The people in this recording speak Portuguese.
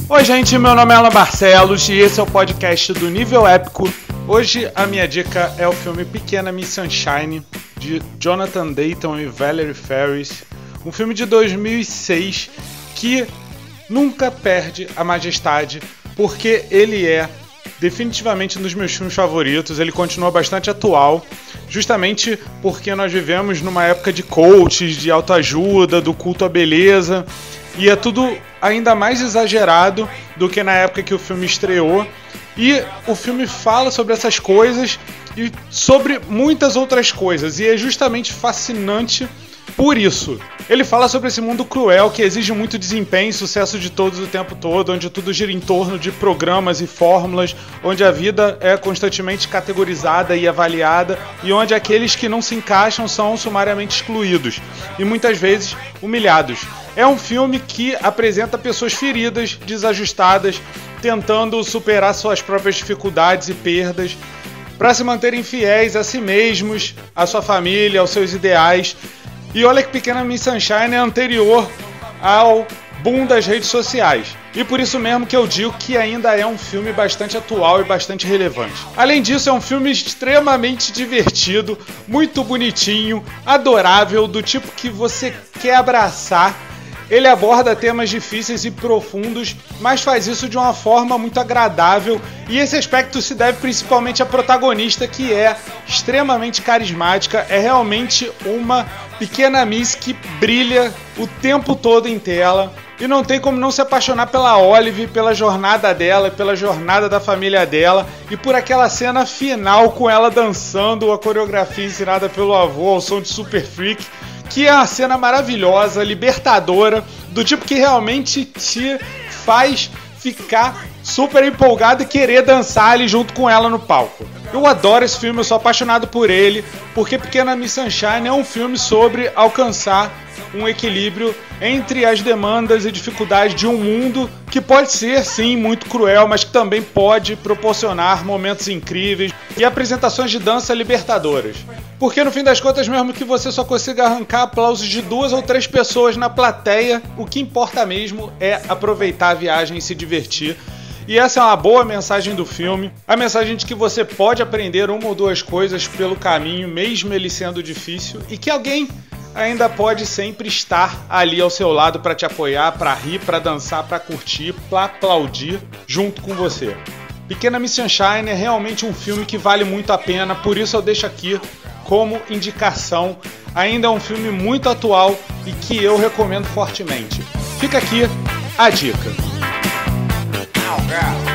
Oi gente, meu nome é Alan Barcelos e esse é o podcast do Nível Épico. Hoje a minha dica é o filme Pequena Miss Sunshine, de Jonathan Dayton e Valerie Faris. Um filme de 2006 que nunca perde a majestade, porque ele é definitivamente um dos meus filmes favoritos. Ele continua bastante atual, justamente porque nós vivemos numa época de coaches, de autoajuda, do culto à beleza, e é tudo ainda mais exagerado do que na época que o filme estreou. E o filme fala sobre essas coisas e sobre muitas outras coisas, e é justamente fascinante por isso. Ele fala sobre esse mundo cruel que exige muito desempenho e sucesso de todos o tempo todo, onde tudo gira em torno de programas e fórmulas, onde a vida é constantemente categorizada e avaliada, e onde aqueles que não se encaixam são sumariamente excluídos e muitas vezes humilhados. É um filme que apresenta pessoas feridas, desajustadas, tentando superar suas próprias dificuldades e perdas, para se manterem fiéis a si mesmos, à sua família, aos seus ideais. E olha que Pequena Miss Sunshine é anterior ao boom das redes sociais. E por isso mesmo que eu digo que ainda é um filme bastante atual e bastante relevante. Além disso, é um filme extremamente divertido, muito bonitinho, adorável, do tipo que você quer abraçar. Ele aborda temas difíceis e profundos, mas faz isso de uma forma muito agradável, e esse aspecto se deve principalmente à protagonista, que é extremamente carismática. É realmente uma pequena Miss que brilha o tempo todo em tela, e não tem como não se apaixonar pela Olive, pela jornada dela, pela jornada da família dela, e por aquela cena final com ela dançando a coreografia ensinada pelo avô ao som de Super Freak, que é uma cena maravilhosa, libertadora, do tipo que realmente te faz ficar super empolgado e querer dançar ali junto com ela no palco. Eu adoro esse filme, eu sou apaixonado por ele, porque Pequena Miss Sunshine é um filme sobre alcançar um equilíbrio entre as demandas e dificuldades de um mundo que pode ser, sim, muito cruel, mas que também pode proporcionar momentos incríveis e apresentações de dança libertadoras. Porque no fim das contas, mesmo que você só consiga arrancar aplausos de 2 ou 3 pessoas na plateia, o que importa mesmo é aproveitar a viagem e se divertir. E essa é uma boa mensagem do filme, a mensagem de que você pode aprender 1 ou 2 coisas pelo caminho, mesmo ele sendo difícil, e que alguém ainda pode sempre estar ali ao seu lado para te apoiar, para rir, para dançar, para curtir, para aplaudir junto com você. Pequena Miss Sunshine é realmente um filme que vale muito a pena, por isso eu deixo aqui como indicação. Ainda é um filme muito atual e que eu recomendo fortemente. Fica aqui a dica.